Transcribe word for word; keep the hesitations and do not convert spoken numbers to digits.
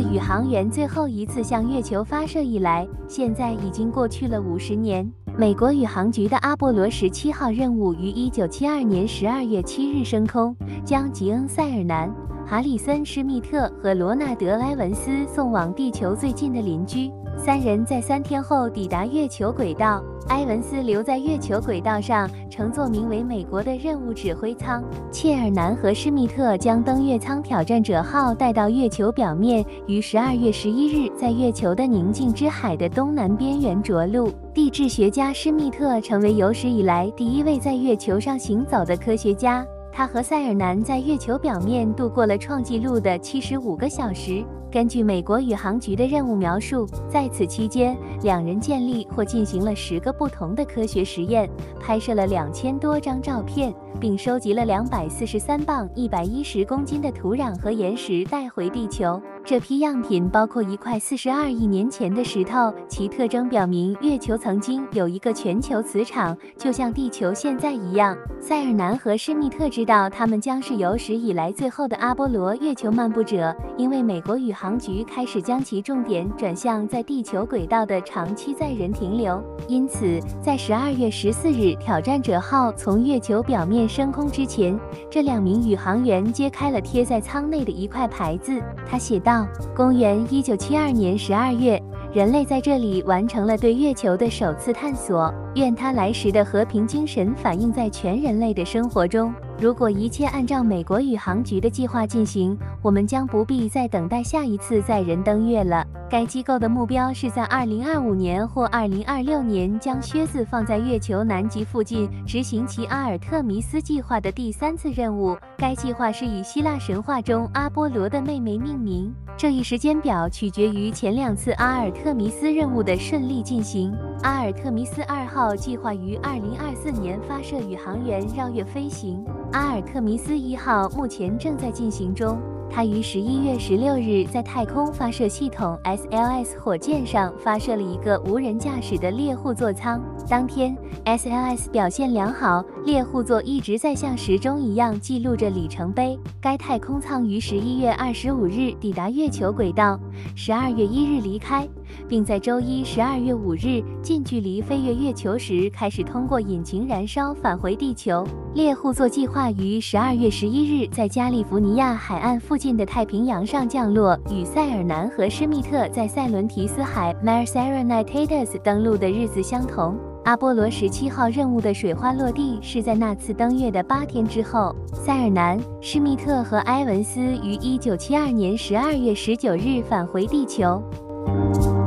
宇航员最后一次向月球发射以来，现在已经过去了五十年。美国宇航局的阿波罗十七号任务于一九七二年十二月七日升空，将吉恩·塞尔南、哈里森·施密特和罗纳德·埃文斯送往地球最近的邻居。三人在三天后抵达月球轨道。埃文斯留在月球轨道上，乘坐名为美国的任务指挥舱。切尔南和施密特将登月舱挑战者号带到月球表面，于十二月十一日在月球的宁静之海的东南边缘着陆。地质学家施密特成为有史以来第一位在月球上行走的科学家。他和塞尔南在月球表面度过了创纪录的七十五个小时。根据美国宇航局的任务描述，在此期间，两人建立或进行了十个不同的科学实验，拍摄了两千多张照片，并收集了两百四十三磅、一百一十公斤的土壤和岩石带回地球。这批样品包括一块四十二亿年前的石头，其特征表明月球曾经有一个全球磁场，就像地球现在一样。塞尔南和施密特知道他们将是有史以来最后的阿波罗月球漫步者，因为美国宇航局开始将其重点转向在地球轨道的长期载人停留。因此，在十二月十四日挑战者号从月球表面升空之前，这两名宇航员揭开了贴在舱内的一块牌子。他写道：公元一九七二年十二月，人类在这里完成了对月球的首次探索。愿它来时的和平精神反映在全人类的生活中。如果一切按照美国宇航局的计划进行，我们将不必再等待下一次载人登月了。该机构的目标是在二零二五年或二零二六年将靴子放在月球南极附近，执行其阿尔特弥斯计划的第三次任务。该计划是以希腊神话中阿波罗的妹妹命名。这一时间表取决于前两次阿尔特弥斯任务的顺利进行。阿尔特弥斯二号计划于二零二四年发射宇航员绕月飞行。阿尔特弥斯一号目前正在进行中。它于十一月十六日在太空发射系统 S L S 火箭上发射了一个无人驾驶的猎户座舱。当天 S L S 表现良好，猎户座一直在像时钟一样记录着里程碑。该太空舱于十一月二十五日抵达月球轨道，十二月一日离开，并在周一十二月五日近距离飞越月球时开始通过引擎燃烧返回地球。猎户座计划于十二月十一日在加利福尼亚海岸附近的太平洋上降落，与塞尔南和施密特在塞伦提斯海 Mare Serenitatis 登陆的日子相同。阿波罗十七号任务的水花落地是在那次登月的八天之后。塞尔南、施密特和埃文斯于一九七二年十二月十九日返回地球。